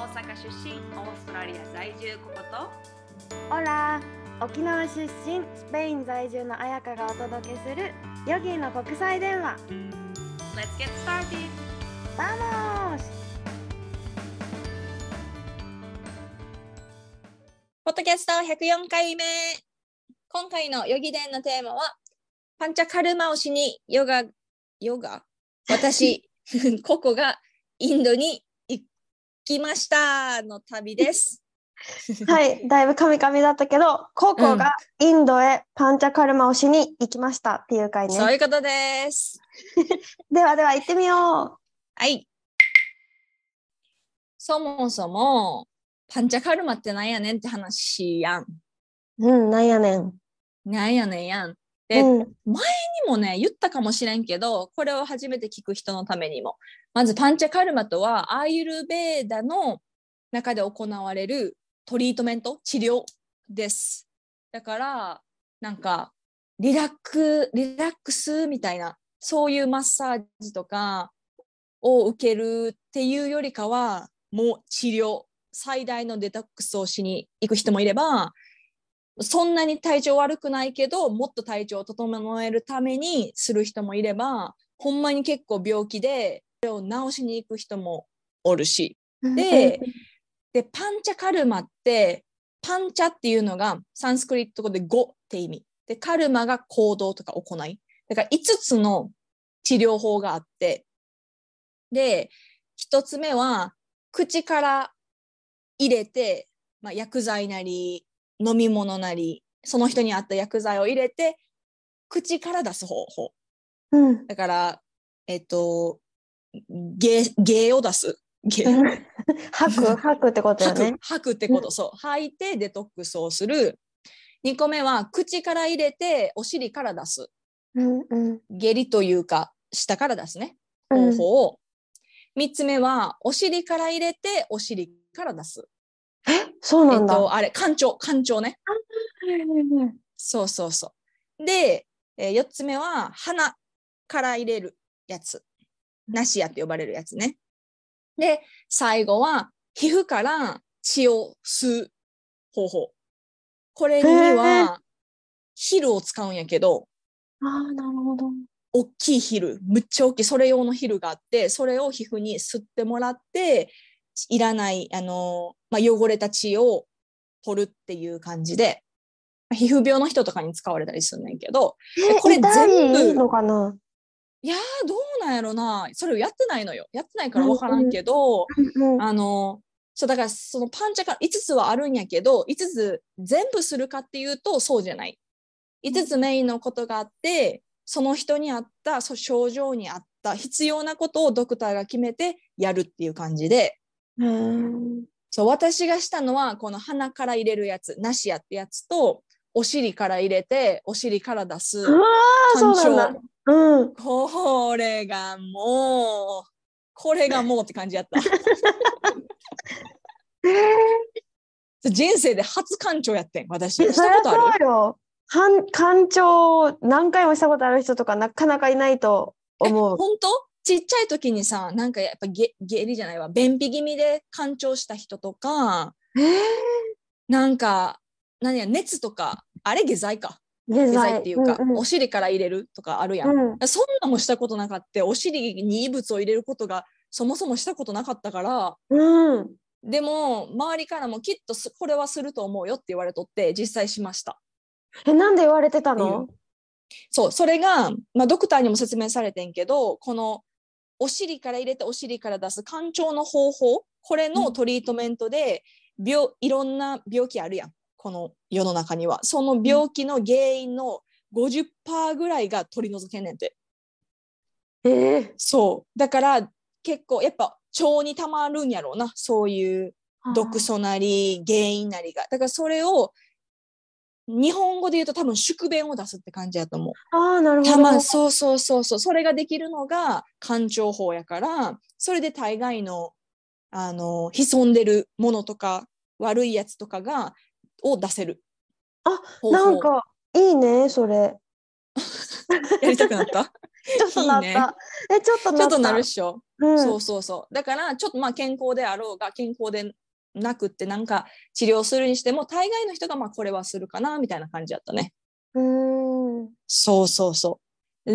阪出身、オーストラリア在住ココとオラ沖縄出身、スペイン在住の彩香がお届けするヨギの国際電話。 Let's get started! ¡Vamos! ポッドキャスト104回目。今回のヨギ伝のテーマはパンチャカルマをしにヨガ私ココがインドに行きましたの旅ですはい、だいぶカミカミだったけど、ココがインドへパンチャカルマをしに行きましたっていう回ね。 そういうことですでは行ってみよはい。そもそもパンチャカルマってなんやねんって話やん。 なんやねん。 なんやねんやん。で、前にもね言ったかもしれんけど、これを初めて聞く人のためにも、まずパンチャカルマとはアーユルベーダの中で行われるトリートメント、治療です。だからなんかリラックスみたいな、そういうマッサージとかを受けるっていうよりかは、もう治療、最大のデトックスをしに行く人もいれば、そんなに体調悪くないけどもっと体調を整えるためにする人もいれば、ほんまに結構病気でそれを治しに行く人もおるし、でパンチャカルマって、パンチャっていうのがサンスクリット語で5って意味で、カルマが行動とか行いだから、5つの治療法があって、で1つ目は口から入れて、薬剤なり飲み物なりその人に合った薬剤を入れて口から出す方法、だから芸を出す、 吐くってことよね。 吐くってこと、そう、吐いてデトックスをする。2個目は口から入れてお尻から出す、下痢というか下から出すね、方法を。3つ目はお尻から入れてお尻から出す。 そうなんだ。 あれ肝腸ね。そうそうそう。で、4つ目は鼻から入れるやつ、ナシアって呼ばれるやつね。で最後は皮膚から血を吸う方法。これにはヒルを使うんやけど、 なるほど。 大きいヒル、むっちゃ大きい、それ用のヒルがあって、それを皮膚に吸ってもらって、いらない汚れた血を取るっていう感じで、皮膚病の人とかに使われたりするんだけど、これ全部痛いのかな。 いやー、どうなんやろな。それをやってないのよ。やってないから分からんけど、そうだから、そのパンチャカ5つはあるんやけど、5つ全部するかっていうとそうじゃない。5つメインのことがあって、その人に合った症状に合った必要なことをドクターが決めてやるっていう感じで、そう、私がしたのはこの鼻から入れるやつ、ナシアってやつと、お尻から入れてお尻から出す肝腸。これがもうって感じやった人生で初肝腸やってん、私。したことある？ そうよ。肝腸何回もしたことある人とかなかなかいないと思う。 本当？ちっちゃい時にさ、なんかやっぱ下痢じゃないわ、便秘気味で肝腸した人とか、なんか熱とか、あれ下剤っていうか、お尻から入れるとかあるやん、そんなもしたことなかった。お尻に異物を入れることがそもそもしたことなかったから、でも周りからもきっとこれはすると思うよって言われとって、実際しました。 なんで言われてたの？ そう、それが、ドクターにも説明されてんけど、このお尻から入れてお尻から出す肝腸の方法、これのトリートメントでいろんな病気あるやん、この世の中には。その病気の原因の 50% ぐらいが取り除けんねんて。そうだから結構やっぱ腸にたまるんやろうな、そういう毒素なり原因なりが。だからそれを日本語で言うと多分宿便を出すって感じやと思う。 なるほど。 それができるのが肝腸法やから、それで大概の潜んでるものとか悪いやつとかを出せる。 なんかいいね、それ。 やりたくなった？ ちょっとなった。 いいね、ちょっとなるっしょ。 そうそうそう。だからちょっとまあ健康であろうが健康でなくってなんか治療するにしても大概の人がまあこれはするかなみたいな感じだったね。そうそうそう。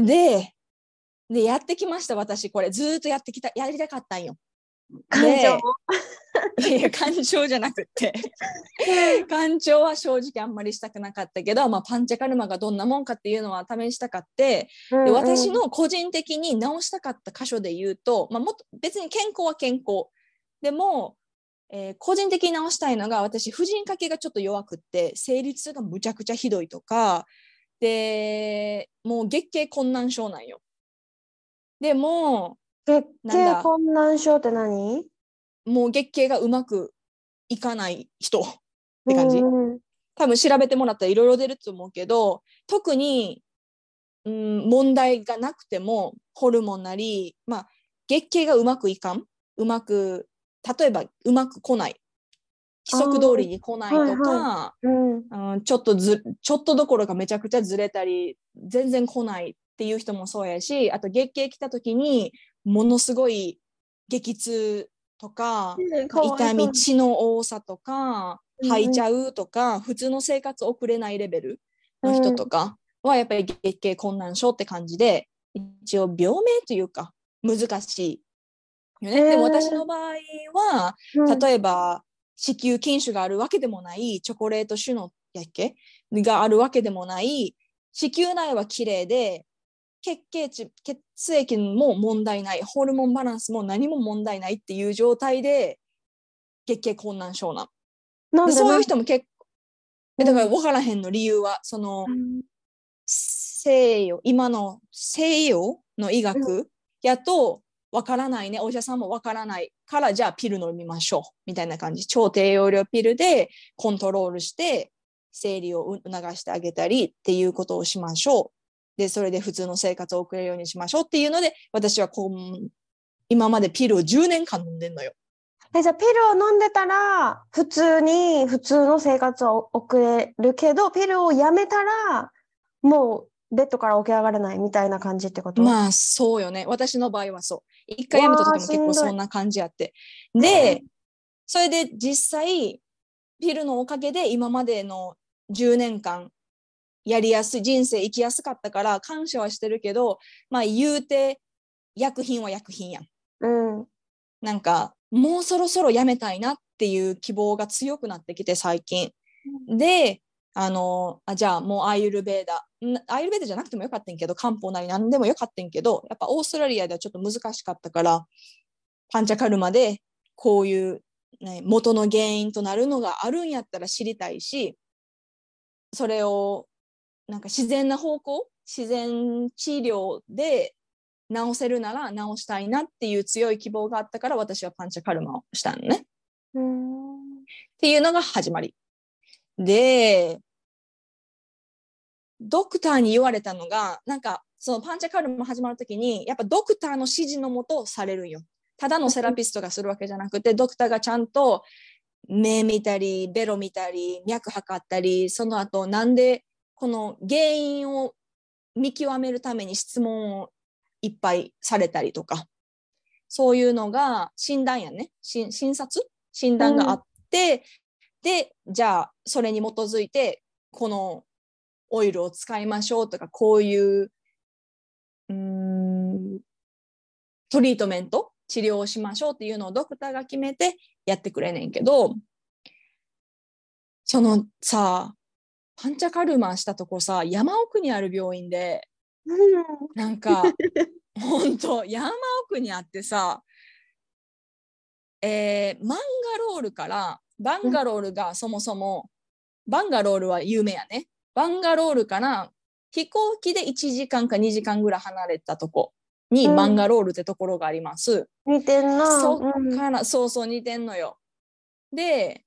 でやってきました私これずっとやりたかったんよ。 感情いや感情じゃなくって感情は正直あんまりしたくなかったけど、まあ、パンチャカルマがどんなもんかっていうのは試したかって、で私の個人的に直したかった箇所で言うと、まあ、もっと別に健康は健康でも、個人的に直したいのが私婦人科系がちょっと弱くって生理痛がむちゃくちゃひどいとかでもう月経困難症なんよ。でも月経困難症って何？ もう月経がうまくいかない人って感じ。多分調べてもらったらいろいろ出ると思うけど特に、問題がなくてもホルモンなり、まあ、月経がうまくいかん例えばうまく来ない規則通りに来ないとか、ちょっとどころかめちゃくちゃずれたり全然来ないっていう人もそうやし、あと月経来た時にものすごい激痛とか、痛み血の多さとか吐いちゃうとか、普通の生活送れないレベルの人とかはやっぱり月経困難症って感じで一応病名というか難しいよね。でも私の場合は例えば子宮筋腫があるわけでもないチョコレート種のがあるわけでもない子宮内は綺麗で血液も問題ないホルモンバランスも何も問題ないっていう状態で月経困難症なんでそういう人も結構だから分からへんの理由はその、今の西洋の医学やと分からないね、お医者さんも分からないからじゃあピル飲みましょうみたいな感じ、超低用量ピルでコントロールして生理を促してあげたりっていうことをしましょう。でそれで普通の生活を送れるようにしましょうっていうので私は今までピルを10年間飲んでんのよ。 じゃあピルを飲んでたら普通の生活を送れるけどピルをやめたらもうベッドから起き上がれないみたいな感じってこと？ まあそうよね、私の場合はそう。一回やめた時も結構そんな感じあって、でそれで実際ピルのおかげで今までの10年間やりやすい人生生きやすかったから感謝はしてるけど、まあ言うて薬品は薬品やん。なんかもうそろそろやめたいなっていう希望が強くなってきて最近。でじゃあもうアーユルベーダじゃなくてもよかったんけど漢方なり何でもよかったんけどやっぱオーストラリアではちょっと難しかったからパンチャカルマでこういう、ね、元の原因となるのがあるんやったら知りたいしそれをなんか自然な方向自然治療で治せるなら治したいなっていう強い希望があったから私はパンチャカルマをしたのね。っていうのが始まりでドクターに言われたのがなんかそのパンチャカルマ始まる時にやっぱドクターの指示のもとされるんよ。ただのセラピストがするわけじゃなくてドクターがちゃんと目見たりベロ見たり脈測ったりその後なんでこの原因を見極めるために質問をいっぱいされたりとかそういうのが診断やね診断があって、でじゃあそれに基づいてこのオイルを使いましょうとかこういうトリートメント治療をしましょうっていうのをドクターが決めてやってくれねんけどそのさパンチャカルマしたとこさ山奥にある病院でなんかほんと山奥にあってさ、マンガロールからバンガロールがそもそもバンガロールは有名やね。バンガロールから飛行機で1時間か2時間ぐらい離れたとこにマンガロールってところがあります。 似てんな。 そっから、そうそう似てんのよ。で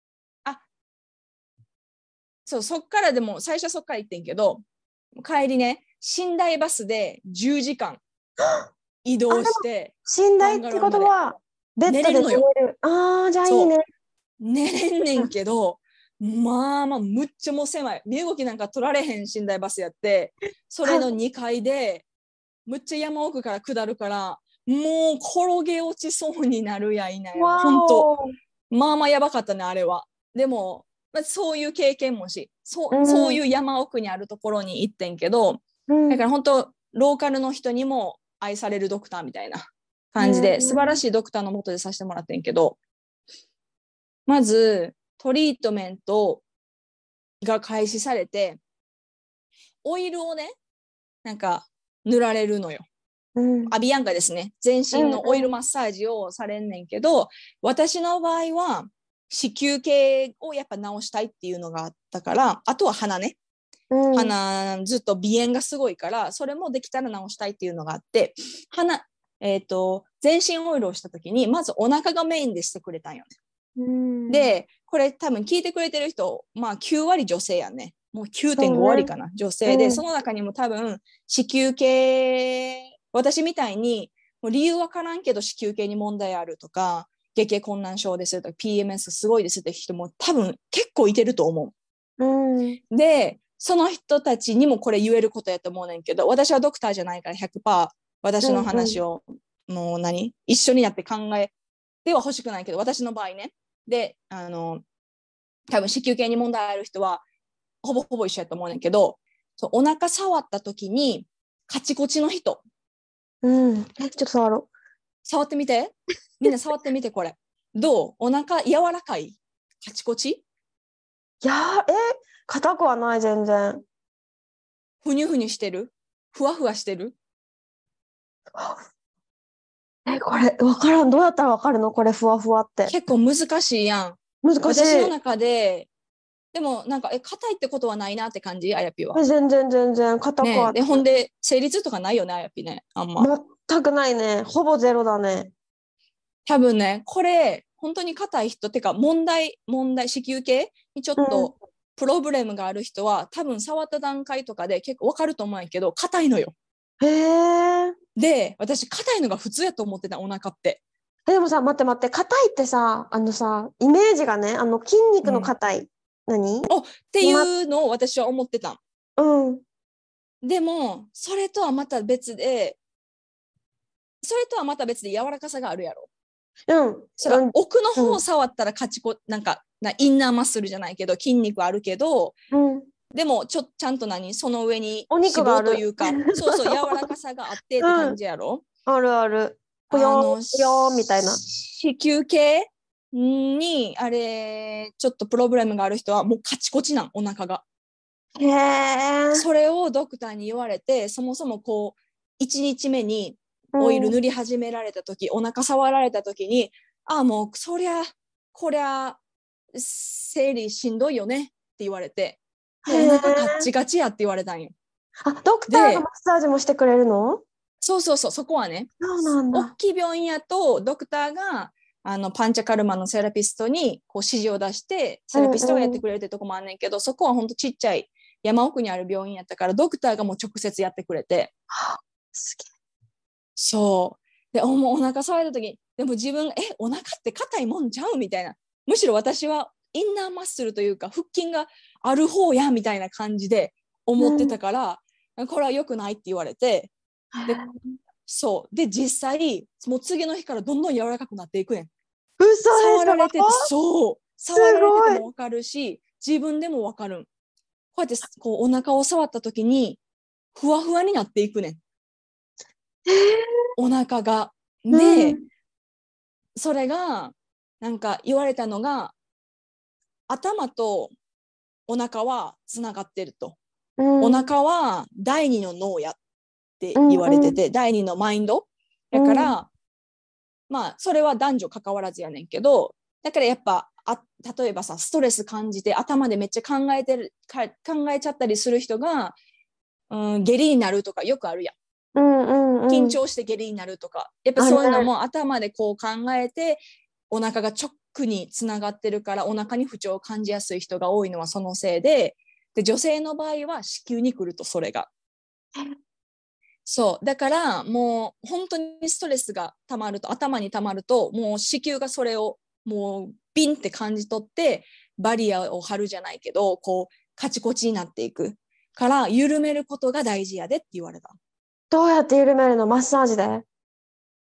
そっからでも最初はそっから行ってんけど帰りね寝台バスで10時間移動して寝台ってことはベッドで寝れる。じゃあいいね。 寝れんねんけどまあむっちゃもう狭い身動きなんか取られへん寝台バスやってそれの2階でむっちゃ山奥から下るからもう転げ落ちそうになるやいないや、 わ本当お。 まあまあやばかったね、あれは。でも、まあ、そういう経験もし、そううんいう山奥にあるところに行ってんけど、 うんだから本当ローカルの人にも愛されるドクターみたいな感じで、 うん素晴らしいドクターのもとでさせてもらってんけど、まずトリートメントが開始されて、オイルをね、なんか塗られるのよ。 うんアビアンカですね。全身のオイルマッサージをされんねんけど、私の場合は子宮系をやっぱ治したいっていうのがあったから、あとは鼻ね。 うん鼻ずっと鼻炎がすごいから、それもできたら治したいっていうのがあって、全身オイルをした時にまずお腹がメインでしてくれたんよね。 うんで、これ多分聞いてくれてる人、まあ9割女性やね。もう9.5 そうね割かな、女性で、 うんその中にも多分子宮系、私みたいにもう理由わからんけど子宮系に問題あるとか、月経困難症ですとか PMS すごいですって人も多分結構いてると思うんう。で、その人たちにもこれ言えることやと思うねんけど、私はドクターじゃないから100%私の話をもう一緒になって考えては欲しくないけど、私の場合ね。で、多分子宮系に問題ある人はほぼほぼ一緒やと思うねんけど、そうお腹触った時にカチコチの人、 うんちょっと触ろ触ってみて。みんな触ってみて、これ。どう？お腹柔らかい？カチコチ？ う。いやー、硬くはない、全然。 ふにゅふにゅしてる？ふわふわしてる？ これ、わからん。どうやったらわかるのこれ、ふわふわって。 結構難しいやん。 難しい。 私の中で、でもなんか、硬いってことはないなって感じ、あやぴは。 全然、全然、硬くはね、で、ほんで、生理痛とかないよね、あやぴね。あんま。 全くないね。ほぼゼロだね。 多分ね、これ、本当に硬い人ってか、問題、子宮系にちょっとプロブレムがある人は、多分触った段階とかで結構わかると思うんやけど、硬いのよ。 へえ。 で、私、硬いのが普通やと思ってた、お腹って。 でもさ、待って待って、硬いってさ、イメージがね、筋肉の硬い。何っていうのを私は思ってた。 うん。 でも、それとはまた別で柔らかさがあるやろ。そら、奥の方触ったらなんかインナーマッスルじゃないけど筋肉あるけど、でもちゃんとその上に脂肪というかそうそう柔らかさがあってって感じやろ。 あるある。ぽよーぽよーみたいな。 子宮系にあれちょっとプロブレムがある人はもうカチコチなん、お腹が。 へえ。 それをドクターに言われて、そもそもこう1日目にオイル塗り始められた時、お腹触られた時に、もうこりゃ生理しんどいよねって言われて、お腹ガッチガチやって言われたんよ。 ドクターがマッサージもしてくれるの？ そうそうそう、そこはね。 そうなんだ。 大きい病院やとドクターがパンチャカルマのセラピストにこう指示を出してセラピストがやってくれるってとこもあんねんけど、そこはほんとちっちゃい山奥にある病院やったからドクターがもう直接やってくれて。 すげえ。 そうで、もうお腹触れた時でも自分お腹って硬いもんちゃうみたいな、むしろ私はインナーマッスルというか腹筋がある方やみたいな感じで思ってたから、これは良くないって言われて、でそうで実際もう次の日からどんどん柔らかくなっていくねん。 嘘でしょ？ 触られてて触られてても分かるし自分でも分かるん。こうやってこうお腹を触った時にふわふわになっていくねん、お腹が。で、それがなんか言われたのが、頭とお腹はつながってると、お腹は第二の脳やって言われてて、第二のマインドだから、まあそれは男女関わらずやねんけど、だからやっぱ例えばさ、ストレス感じて頭でめっちゃ考えちゃったりする人が、下痢になるとかよくあるやん。緊張して下痢になるとか、やっぱそういうのも頭でこう考えてお腹が直につながってるから、お腹に不調を感じやすい人が多いのはそのせいで、女性の場合は子宮に来ると、それがそうだからもう本当にストレスが頭にたまると、もう子宮がそれをもうビンって感じ取ってバリアを張るじゃないけど、こうカチコチになっていくから緩めることが大事やでって言われた。 どうやって緩めるの？マッサージで？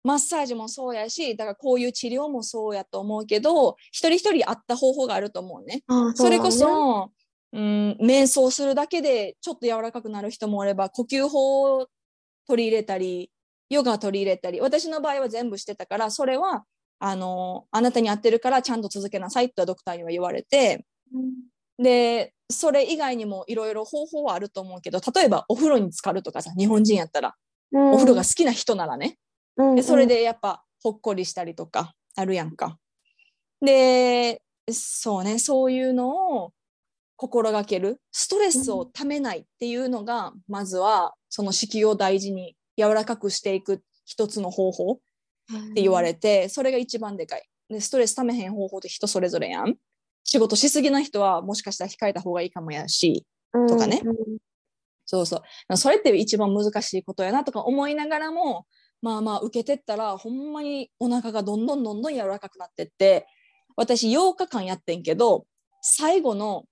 マッサージもそうやし、だからこういう治療もそうやと思うけど、一人一人合った方法があると思うね。それこそ、瞑想するだけでちょっと柔らかくなる人もおれば、呼吸法を取り入れたり、ヨガ取り入れたり、私の場合は全部してたから、それはあなたに合ってるからちゃんと続けなさいとドクターには言われて、でそれ以外にもいろいろ方法はあると思うけど、例えばお風呂に浸かるとかさ、日本人やったら、お風呂が好きな人ならね、でそれでやっぱほっこりしたりとかあるやんか。でそうね、そういうのを心がける、ストレスをためないっていうのが、まずはその子宮を大事に柔らかくしていく一つの方法って言われて、それが一番でかい。でストレスためへん方法って人それぞれやん。仕事しすぎな人はもしかしたら控えた方がいいかもやし、とかね。そうそう。それって一番難しいことやなとか思いながらも、まあまあ受けてったらほんまにお腹がどんどんどんどん柔らかくなってって、私8日間やってんけど、最後の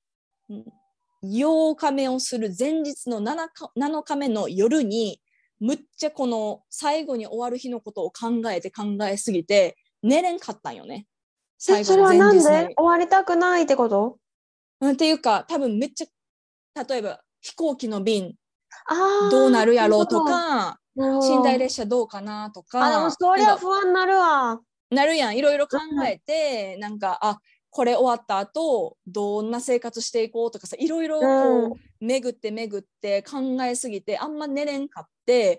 8日目をする前日の7日目の夜に、むっちゃこの最後に終わる日のことを考えすぎて寝れんかったんよね。最後の前日の。 それはなんで終わりたくないってこと？ っていうか、多分めっちゃ、例えば飛行機の便どうなるやろうとか、寝台列車どうかなとか。 でもそりゃ不安になるわ。 なるやん。いろいろ考えて、なんかこれ終わった後どんな生活していこうとかさ、いろいろこう巡って考えすぎてあんま寝れんかって、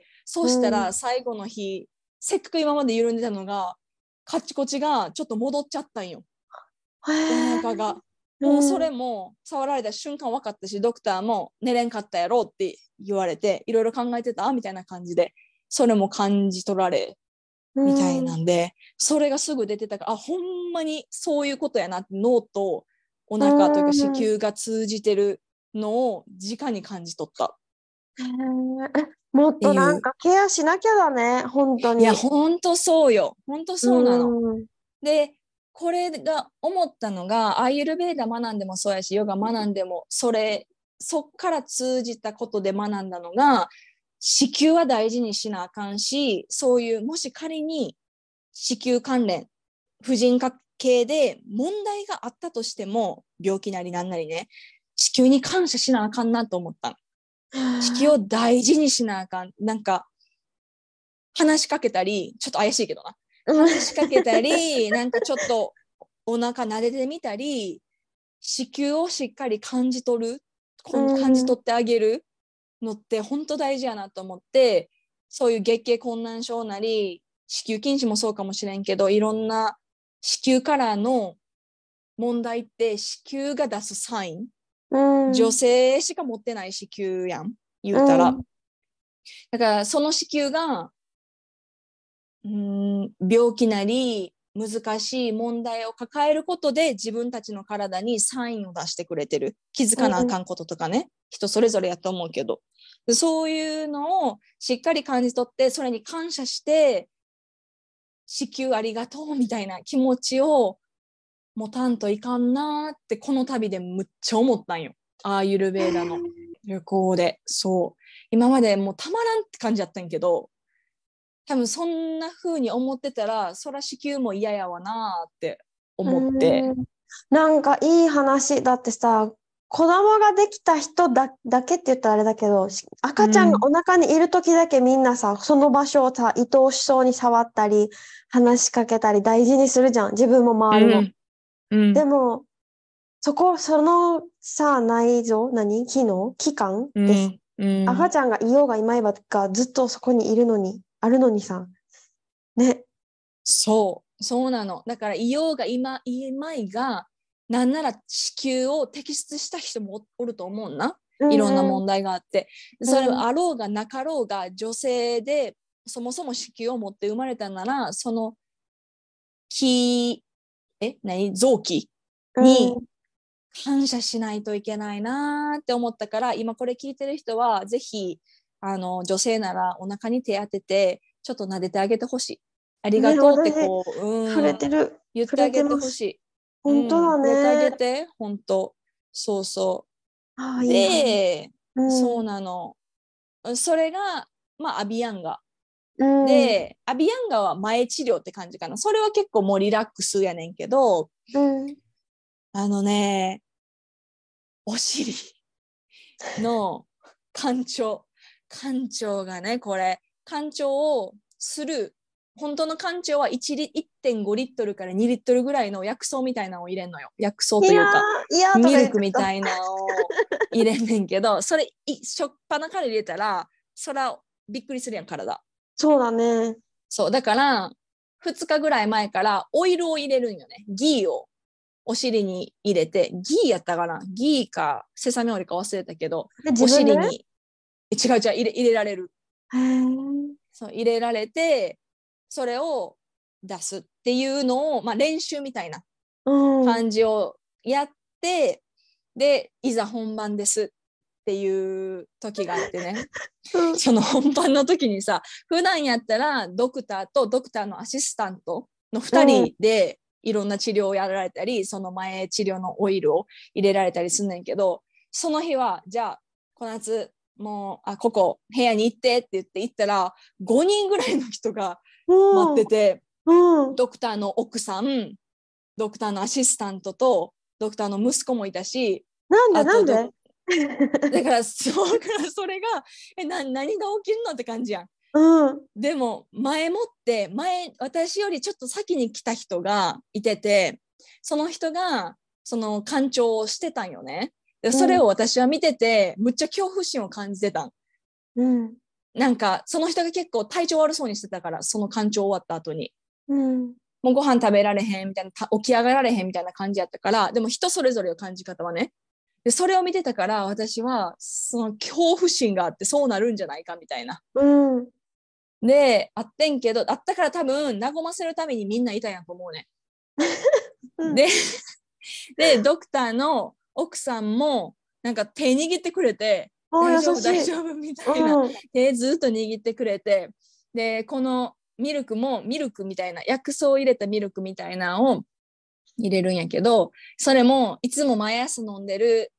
そうしたら最後の日、せっかく今まで緩んでたのがカチコチがちょっと戻っちゃったんよ、お腹が。もうそれも触られた瞬間分かったし、ドクターも寝れんかったやろって言われて、いろいろ考えてたみたいな感じで、それも感じ取られみたいなんで、それがすぐ出てたから、ほんまにそういうことやなって、脳とお腹というか子宮が通じてるのを直に感じ取った。 もっとなんかケアしなきゃだね、本当に。 いや本当そうよ、本当そうなの。でこれが思ったのが、アーユルヴェーダ学んでもそうやし、ヨガ学んでもそっから通じたことで学んだのが、子宮は大事にしなあかんし、そういうもし仮に子宮関連婦人科系で問題があったとしても、病気なりなんなりね、子宮に感謝しなあかんなと思った。子宮を大事にしなあかん。なんか話しかけたり、ちょっと怪しいけどな、話しかけたりなんかちょっとお腹撫でてみたり、子宮をしっかり感じ取ってあげるのって本当大事やなと思って、そういう月経困難症なり子宮筋腫もそうかもしれんけど、いろんな子宮からの問題って子宮が出すサイン、女性しか持ってない子宮やん、言うたら。だからその子宮が病気なり難しい問題を抱えることで、自分たちの体にサインを出してくれてる。気づかなあかんこととかね、人それぞれやと思うけど、そういうのをしっかり感じ取って、それに感謝して子宮ありがとうみたいな気持ちを持たんといかんなって、この旅でむっちゃ思ったんよ、アーユルヴェーダの旅行で。そう今までもうたまらんって感じだったんやけど、多分そんな風に思ってたら、そら子宮も嫌やわなって思って。 なんかいい話だってさ、子供ができた人だけって言ったらあれだけど、赤ちゃんがお腹にいる時だけみんなさ、その場所をさ、愛おしそうに触ったり話しかけたり大事にするじゃん、自分も周りも。でもそのさ、内臓器官です、赤ちゃんがいようがいまいがずっとそこにいるのにあるのにさね。 そうなの。だからいようがいまいが、なんなら子宮を摘出した人もおると思うな、いろんな問題があって。それはあろうがなかろうが、女性でそもそも子宮を持って生まれたなら、その臓器に感謝しないといけないなって思ったから、今これ聞いてる人はぜひ女性ならお腹に手当ててちょっと撫でてあげてほしい。ありがとうってこう、 触れてる、 言ってあげてほしい。 本当だね。 触れてあげて、本当。そうで、そうなの。それがアビヤンガうん、 で、アビアンガは前治療って感じかな。それは結構もうリラックスやねんけど、 うん、 あのね、お尻の干潮。干潮がね、これ、干潮をする、本当の干潮は1.5リットルから2リットルぐらいの薬草みたいなのを入れんのよ。薬草いやというか、 ー、いやーとかミル言っちゃった。 クみたいなのを入れんねんけど、それ、しょっぱなから入れたら、そら、びっくりするやん、体。 そうだね。 そう、だから、2日ぐらい前からオイルを入れるんよね。ギーをお尻に入れて、ギーやったかな、ギーかセサミオイルか忘れたけど、おで、自分で尻に、違う違う、入れられる。 へー、 そう入れられて、それを出すっていうのを、まあ、練習みたいなうん、 感じをやって、でいざ本番ですっていう時があってね、 うん、 その本番の時にさ、普段やったらドクターとドクターのアシスタントの2人でいろんな治療をやられたり、その前治療のオイルを入れられたりすんねんけど、その日はじゃあこの夏もうここ部屋に行ってって言って行ったら、5人ぐらいの人が待ってて、 うん、 ドクターの奥さん、ドクターのアシスタントとドクターの息子もいたし、 なんであとなんでだからそれが何が起きるのって感じやん。 うん、 でも前もって私よりちょっと先に来た人がいてて、その人がその干潮をしてたんよね。でそれを私は見ててむっちゃ恐怖心を感じてたん。 うん、 なんかその人が結構体調悪そうにしてたから、その干潮終わった後にうん、 もうご飯食べられへんみたいな、起き上がられへんみたいな感じやったから、でも人それぞれの感じ方はね。でそれを見てたから私はその恐怖心があって、そうなるんじゃないかみたいな。 うん、 であってんけど、あったから多分和ませるためにみんないたんやと思うね。 うん。 ででドクターの奥さんもなんか手握ってくれて、 あ、 大丈優しい。 夫大丈夫みたいな、 うん、 手ずっと握ってくれて、でこのミルクもミルクみたいな、薬草を入れたミルクみたいなのを入れるんやけど、それもいつも毎朝飲んでる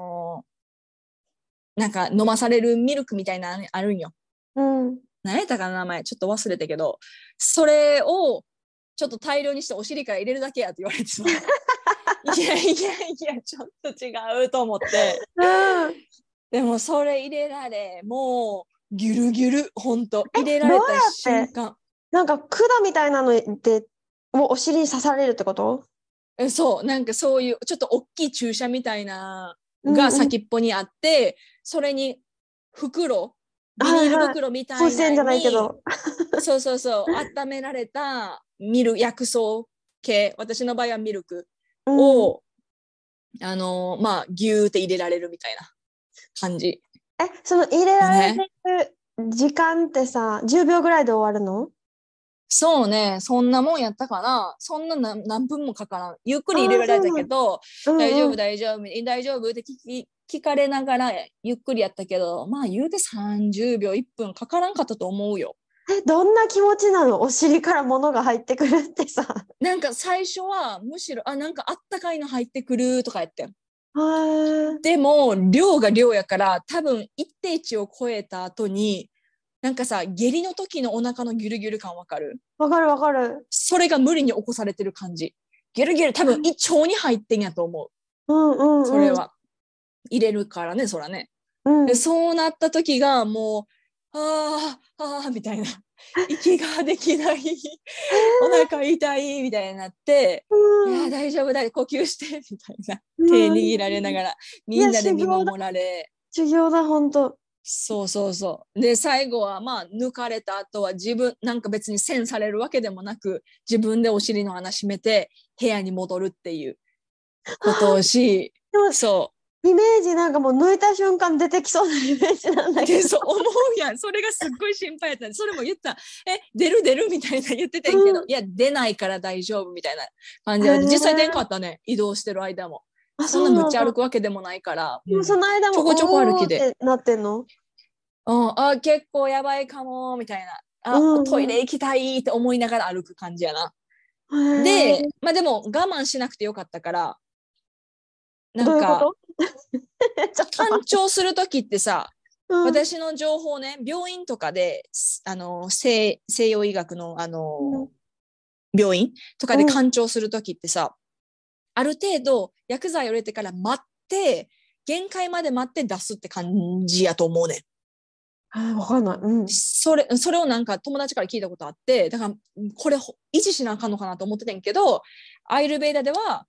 なんか飲まされるミルクみたいなのあるんよ。 うん。 何やったかな名前ちょっと忘れたけど、それをちょっと大量にしてお尻から入れるだけやって言われてさいやいやいやちょっと違うと思って、 うん。 でもそれ入れられ、もうギュルギュル、ほんと入れらどうれたやって瞬間、 なんか管みたいなのでもうお尻に刺されるってこと？ そうなんかそういうちょっと大きい注射みたいながうんうん。 先っぽにあって、それに袋、ビニールはいはい。 袋みたいな風船じゃないけに、 ど。 そうそうそう、温められた薬草系、私の場合はミルクうん。 を、まあギューって入れられるみたいな感じその入れられよね。 てる時間ってさ、10秒ぐらいで終わるの？ そうね、そんなもんやったかな。そんな何分もかからん。ゆっくり入れああ、 られたそうなんだ。 けど、大丈夫、 うんうん。 大丈夫、大丈夫って聞かれながらゆっくりやったけど、まあ言うて30秒、1分かからんかったと思うよ。 どんな気持ちなの？お尻から物が入ってくるってさ。 なんか最初はむしろ、なんかあったかいの入ってくるとかやってん。 へえ。 でも、量が量やから、多分一定値を超えた後に、なんかさ、下痢の時のお腹のギュルギュル感わかる？ わかるわかる。 それが無理に起こされてる感じ。ギュルギュル多分胃腸に入ってんやと思う。 うんうんうん。 それは。入れるからね、そらね。でうん。 そうなった時がもう、みたいな。息ができない。お腹痛い、みたいになって、いや、大丈夫だ、呼吸して、みたいな。手うん。 握られながら、 いや、 みんなで見修行だ。 守られ、 修行だ、ほんと。 そうそうそう。で、最後はまあ、抜かれた後は自分、なんか別に栓されるわけでもなく、自分でお尻の穴閉めて、部屋に戻るっていうことをし、 でも、 そイメージなんかもう抜いた瞬間出てきそうなイメージなんだう。 けど。 で、そう思うやん。それがすっごい心配やった。それも言った。出る出るみたいな言ってたんけど、 うん。 いや、出ないから大丈夫みたいな感じへで、実際出んかえ。 ったね。移動してる間も。 あ、 そんなむっちゃ歩そうなんだ。 くわけでもないから、 でもその間も、 ちょこちょこ歩きで。 おーってなってんの？ 結構やばいかも、みたいな。トイうんうん。 レ行きたいって思いながら歩く感じやな。 へえ。 で、まあでも我慢しなくてよかったから、なんか、 どういうこと？ちょっと待って。 干潮するときってさ、 私の情報ね、病院とかで西洋医学の病院とかで鑑聴するときってさ、ある程度薬剤を入れてから待って限界まで待って出すって感じやと思うね。 わかんない。 それをなんか友達から聞いたことあって、だからこれ維持しなあかんのかなと思ってたんやけど、アイルベーダでは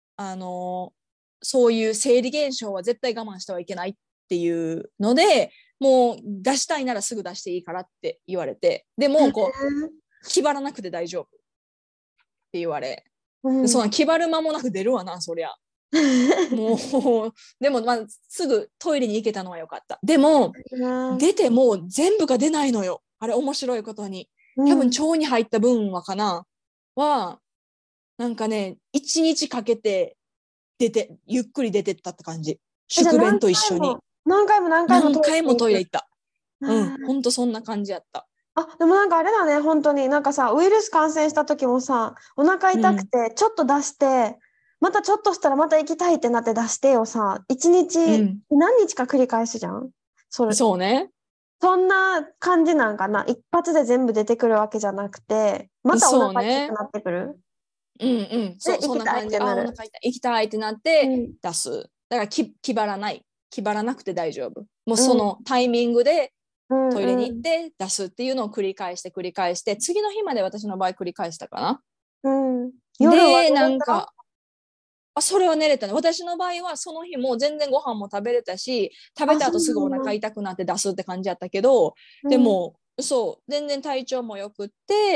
そういう生理現象は絶対我慢してはいけないっていうので、もう出したいならすぐ出していいからって言われて、でもこう気張らなくて大丈夫って言われ、そんな気張る間もなく出るわな、そりゃ。もうでもまあすぐトイレに行けたのはよかった。でも出ても全部が出ないのよ、あれ。面白いことに多分腸に入った分はかな、はなんかね1日かけて出てゆっくり出てったって感じ。宿便と一緒に何回もトイレ行った。ほんとそんな感じやった。 でもなんかあれだね、本当になんかさ、ウイルス感染した時もさ、お腹痛くてちょっと出して、またちょっとしたらまた行きたいってなって出してをさ、1日何日か繰り返すじゃん。 そうね。 そんな感じなんかな。一発で全部出てくるわけじゃなくて、またお腹痛くなってくる。 そんな感じ。お腹痛い、行きたいってなって出す。だから気張らない。気張らなくて大丈夫。もうそのタイミングでトイレに行って出すっていうのを繰り返して、次の日まで私の場合繰り返したかな。でなんかそれは寝れたね。私の場合はその日も全然ご飯も食べれたし、食べた後すぐお腹痛くなって出すって感じやったけど、でもそう全然体調もよくって、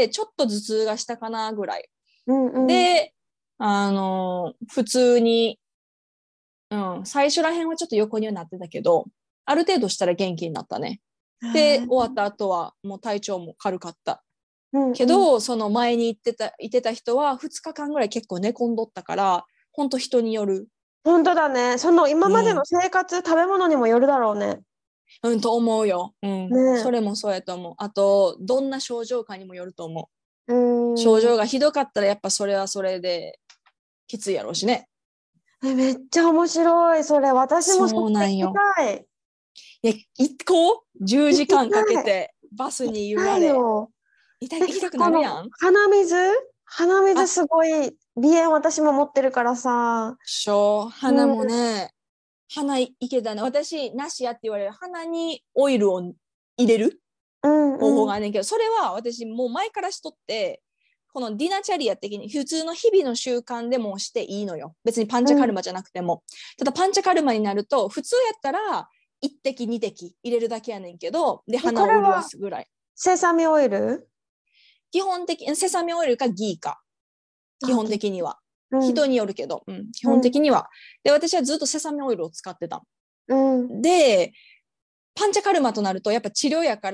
ちょっと頭痛がしたかなぐらい、で普通に、最初らへんはちょっと横にはなってたけど、ある程度したら元気になったね。で終わった後はもう体調も軽かった、けどその前にいてた人は2日間ぐらい結構寝込んどったから、本当人による。 本当だね。その今までの生活、食べ物にもよるだろうね。 と思うよ。それもそうやと思う。あとどんな症状かにもよると思う。症状がひどかったらやっぱそれはそれできついやろうしね。 めっちゃ面白い。それ私もそうなんよ。行こう。10時間かけてバスに揺られ。行きたくなるやん。 鼻水すごい鼻炎私も持ってるからさ。 鼻もね、鼻いけたね。私なしやって言われる鼻にオイルを入れる方法があるんだけど、それは私もう前からしとって、このディナチャリア的に普通の日々の習慣でもしていいのよ。別にパンチャカルマじゃなくても。ただパンチャカルマになると普通やったら1滴2滴入れるだけやねんけど、で鼻を潤すぐらい。 セサミオイル？ 基本的にセサミオイルかギーか、基本的には。人によるけど、基本的には。で私はずっとセサミオイルを使ってた。でパンチャカルマとなるとやっぱ治療やから、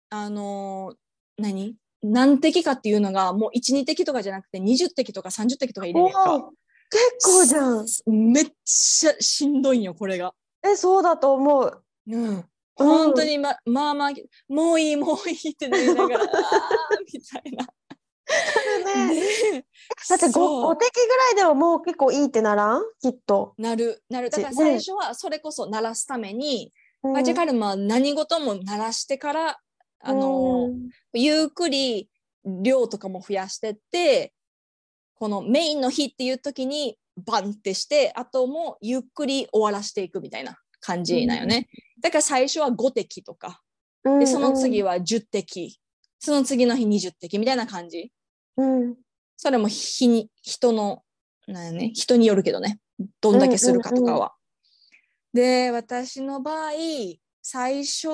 何滴かっていうのがもう 1,2 滴とかじゃなくて20滴とか30滴とか入れるやんか。 結構じゃん。 めっちゃしんどいんよこれが。 そうだと思う。 本当にまあもういいってなりながらみたいな。 だって 5滴ぐらいでももう結構いいってならん？きっとなる。だから最初はそれこそ鳴らすために、パンチャカルマは何事も鳴らしてからゆっくり量とかも増やしてって、このメインの日っていう時にバンってして、あともゆっくり終わらしていくみたいな感じなんよね。だから最初は5滴とか、でその次は10滴、その次の日20滴みたいな感じ。それも人によるけどね、どんだけするかとかは。で私の場合最初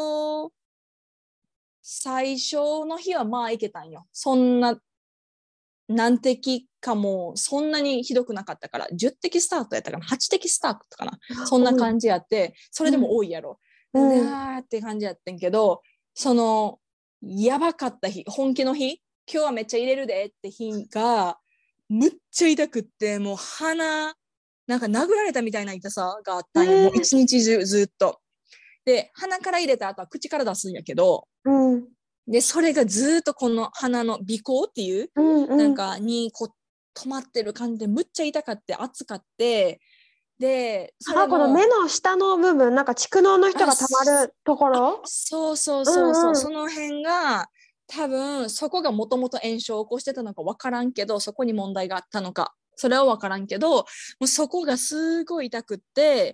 の日はまあいけたんよ。そんな何滴かもそんなにひどくなかったから、10滴スタートやったかな、8滴スタートかな、そんな感じやって、それでも多いやろ、って感じやってんけど、そのやばかった日、本気の日、今日はめっちゃ入れるでって日がむっちゃ痛くって、もう鼻なんか殴られたみたいな痛さがあったんよ、もう一日中ずっと。で鼻から入れた後は口から出すんやけど、でそれがずっとこの鼻の鼻孔っていう、なんかにこう止まってる感じでむっちゃ痛かって、熱かって、 でそれこのも目の下の部分、なんか蓄膿の人がたまるところ。 そうそうそうそう、 うんうんその辺が多分そこがもともと炎症を起こしてたのか分からんけど、そこに問題があったのかそれは分からんけど、もうそこがすごい痛くって、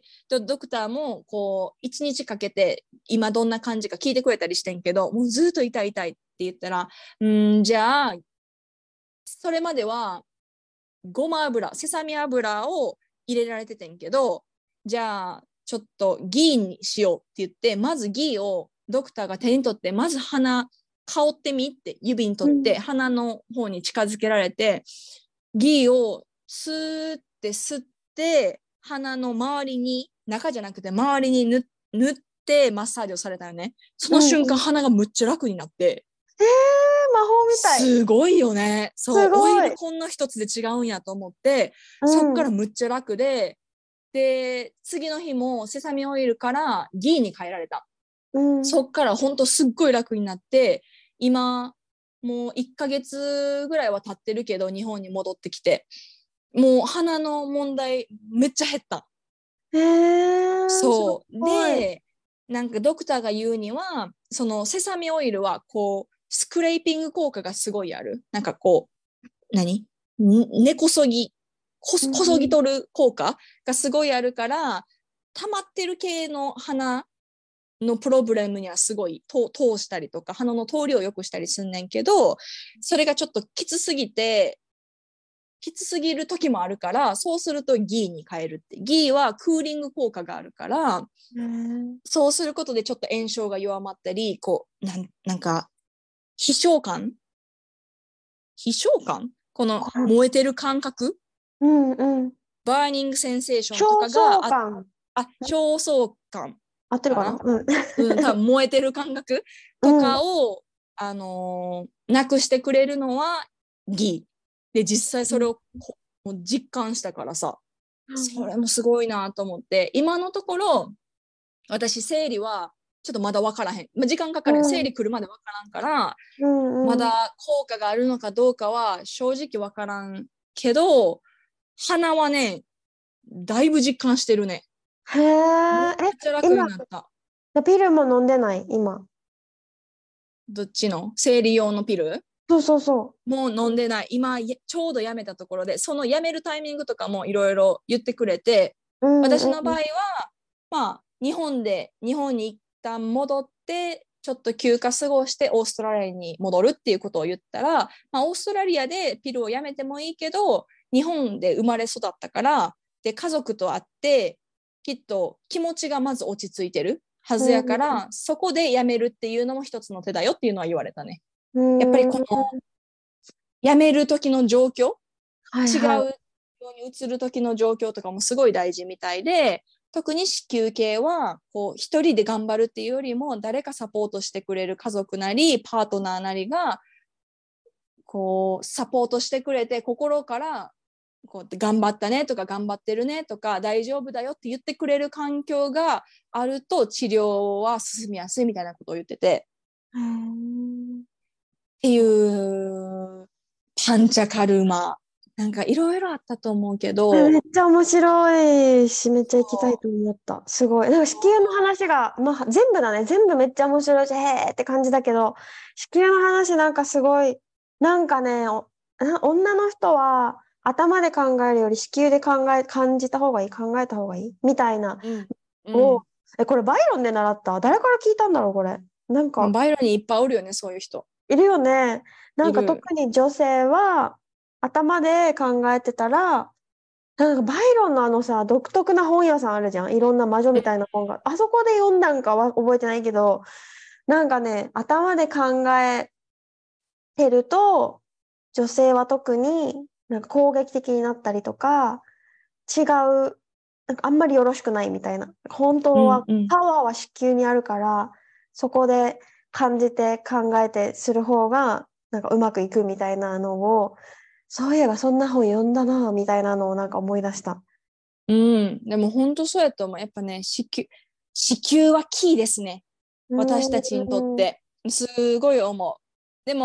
でドクターもこう1日かけて今どんな感じか聞いてくれたりしてんけど、もうずっと痛い痛いって言ったら、じゃあそれまではごま油、セサミ油を入れられててんけど、じゃあちょっとギーにしようって言って、まずギーをドクターが手に取って、まず鼻香ってみって指に取って、鼻の方に近づけられて、ギーをスーって吸って、鼻の周りに、中じゃなくて周りに塗ってマッサージをされたよね。その瞬間、鼻がむっちゃ楽になって、 魔法みたい。 すごいよね。そう、 すごいオイルこんな一つで違うんやと思って、そっからむっちゃ楽で、で次の日もセサミオイルからギーに変えられた。そっからほんとすっごい楽になって、今もう1ヶ月ぐらいは経ってるけど、日本に戻ってきてもう鼻の問題めっちゃ減った。そうで、なんかドクターが言うには、そのセサミオイルはこうスクレーピング効果がすごいある。なんかこう根こそぎこそぎ取る効果がすごいあるから、溜まってる系の鼻のプロブレムにはすごい通したりとか、鼻の通りを良くしたりすんねんけど、それがちょっときつすぎる時もあるから、そうするとギーに変えるって。ギーはクーリング効果があるから、そうすることでちょっと炎症が弱まったり、こうなんか飛翔感この燃えてる感覚、バーニングセンセーションとかが焦燥感合ってるかな、 多分燃えてる感覚とかを、なくしてくれるのはギーで、実際それをもう実感したからさ、それもすごいなと思って、今のところ私生理はちょっとまだ分からへん、時間かかる、生理来るまで分からんから、まだ効果があるのかどうかは正直分からんけど、鼻はねだいぶ実感してるね。 へえ。 めっちゃ楽になった。 ピルも飲んでない今？ どっちの生理用のピル？ そうもう飲んでない。今ちょうどやめたところで、そのやめるタイミングとかもいろいろ言ってくれて、私の場合はまあ日本に一旦戻ってちょっと休暇過ごしてオーストラリアに戻るっていうことを言ったら、オーストラリアでピルをやめてもいいけど日本で生まれ育ったから、で家族と会ってきっと気持ちがまず落ち着いてるはずやから、そこでやめるっていうのも一つの手だよっていうのは言われたね。やっぱりこのやめる時の状況、違うように移る時の状況とかもすごい大事みたいで、特に子宮系はこう一人で頑張るっていうよりも、誰かサポートしてくれる家族なりパートナーなりがこうサポートしてくれて、心からこうやって頑張ったねとか頑張ってるねとか大丈夫だよって言ってくれる環境があると治療は進みやすいみたいなことを言ってて、っていうパンチャカルマ、なんかいろいろあったと思うけど、 めっちゃ面白いし、めっちゃ行きたいと思った。すごい。なんか子宮の話が、全部だね。全部めっちゃ面白いし、へーって感じだけど、子宮の話なんかすごい、なんかね、女の人は頭で考えるより子宮で感じた方がいい、考えた方がいいみたいな。これバイロンで習った？誰から聞いたんだろう、これ。なんか。 バイロンにいっぱいおるよね、そういう人。 いるよね。なんか特に女性は頭で考えてたら、なんかバイロンのさ、独特な本屋さんあるじゃん。いろんな魔女みたいな本が。あそこで読んだんかは覚えてないけど、なんかね、頭で考えてると、女性は特になんか攻撃的になったりとか、違う、なんかあんまりよろしくないみたいな。本当は、パワーは子宮にあるから、そこで感じて考えてする方が、なんかうまくいくみたいなのを、そういえばそんな本読んだなみたいなのをなんか思い出した。 でも本当そうやと思う。やっぱね、子宮はキーですね。私たちにとって。すごい思う。でも、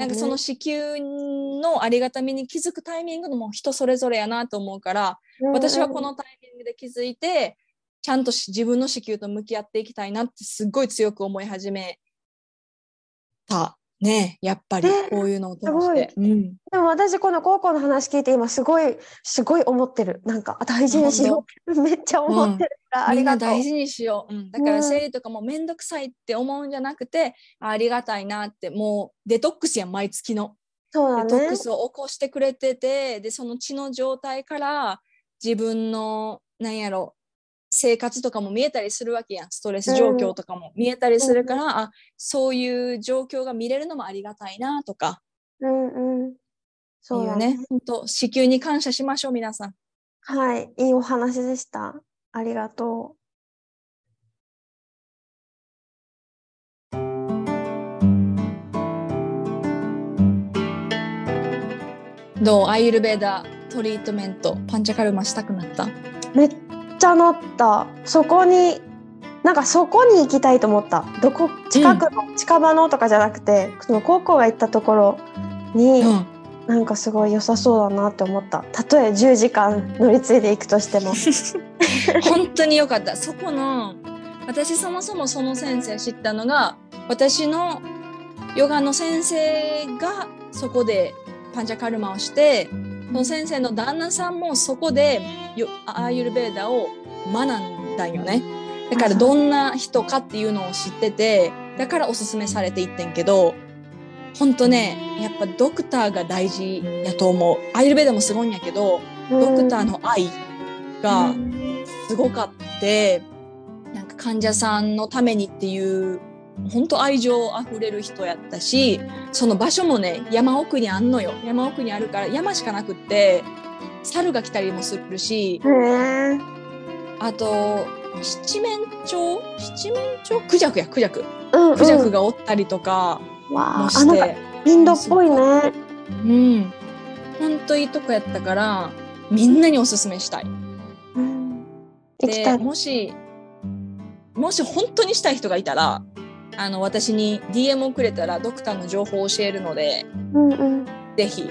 なんかその子宮のありがたみに気づくタイミングのも人それぞれやなと思うから、私はこのタイミングで気づいてちゃんと自分の子宮と向き合っていきたいなってすっごい強く思い始めたね。やっぱりこういうのを通して、 でも私この高校の話聞いて今すごい思ってる。なんか大事にしようめっちゃ思ってるから、ありがとう。 みんな大事にしよう、だから生理とかもめんどくさいって思うんじゃなくて、ありがたいなって、もうデトックスやん、毎月のそうだね、 デトックスを起こしてくれてて、でその血の状態から自分のなんやろ生活とかも見えたりするわけやん。ストレス状況とかも見えたりするから、あ、そういう状況が見れるのもありがたいなとか、 そうだね。本当子宮に感謝しましょう皆さん。 はい、いいお話でした。ありがとう。 どう？アーユルヴェーダトリートメント、パンチャカルマしたくなった？ めっちゃなった。そこに行きたいと思った。近くの、近場のとかじゃなくて、その高校が行ったところに、なんかすごい良さそうだなって思った。たとえ10時間乗り継いでいくとしても本当に良かった。そこの私そもそもその先生知ったのが、私のヨガの先生がそこでパンチャカルマをして、その先生の旦那さんもそこでアーユルヴェーダを学んだんよね。だからどんな人かっていうのを知ってて、だからおすすめされていってんけど、本当ね、やっぱドクターが大事やと思う。アーユルヴェーダもすごいんやけど、ドクターの愛がすごかって、なんか患者さんのためにっていう本当愛情あふれる人やったし、その場所もね山奥にあんのよ。山奥にあるから山しかなくって猿が来たりもするし、あと七面鳥クジャクがおったりとかもして、 なんかインドっぽいね。 本当いいとこやったからみんなにおすすめしたい。でもし本当にしたい人がいたら私に DM をくれたらドクターの情報を教えるので、ぜひ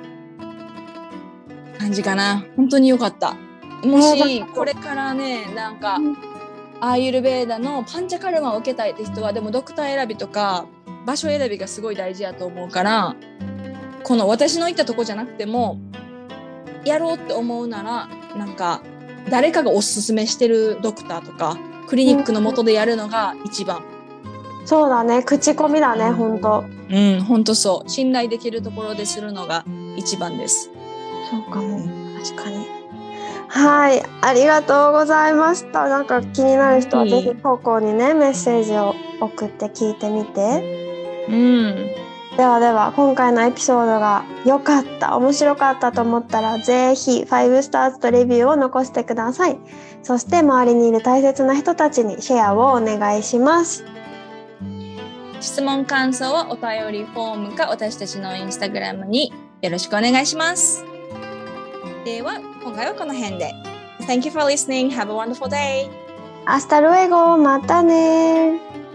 感じかな。本当に良かった。もしこれからね、なんかアーユルヴェーダのパンチャカルマを受けたいって人は、でもドクター選びとか場所選びがすごい大事やと思うから、この私の行ったとこじゃなくてもやろうって思うなら、なんか誰かがおすすめしてるドクターとかクリニックの下でやるのが一番。 そうだね、口コミだね、本当そう。信頼できるところでするのが一番です。 そうかも、確かに。はい、ありがとうございました。なんか気になる人はぜひ高校にね、メッセージを送って聞いてみて。では今回のエピソードが良かった、面白かったと思ったら、ぜひ5スターズとレビューを残してください。そして周りにいる大切な人たちにシェアをお願いします。 質問感想はお便りフォームか私たちのインスタグラムによろしくお願いします。では今回はこの辺で。Thank you for listening. Have a wonderful day. Hasta luego. またね。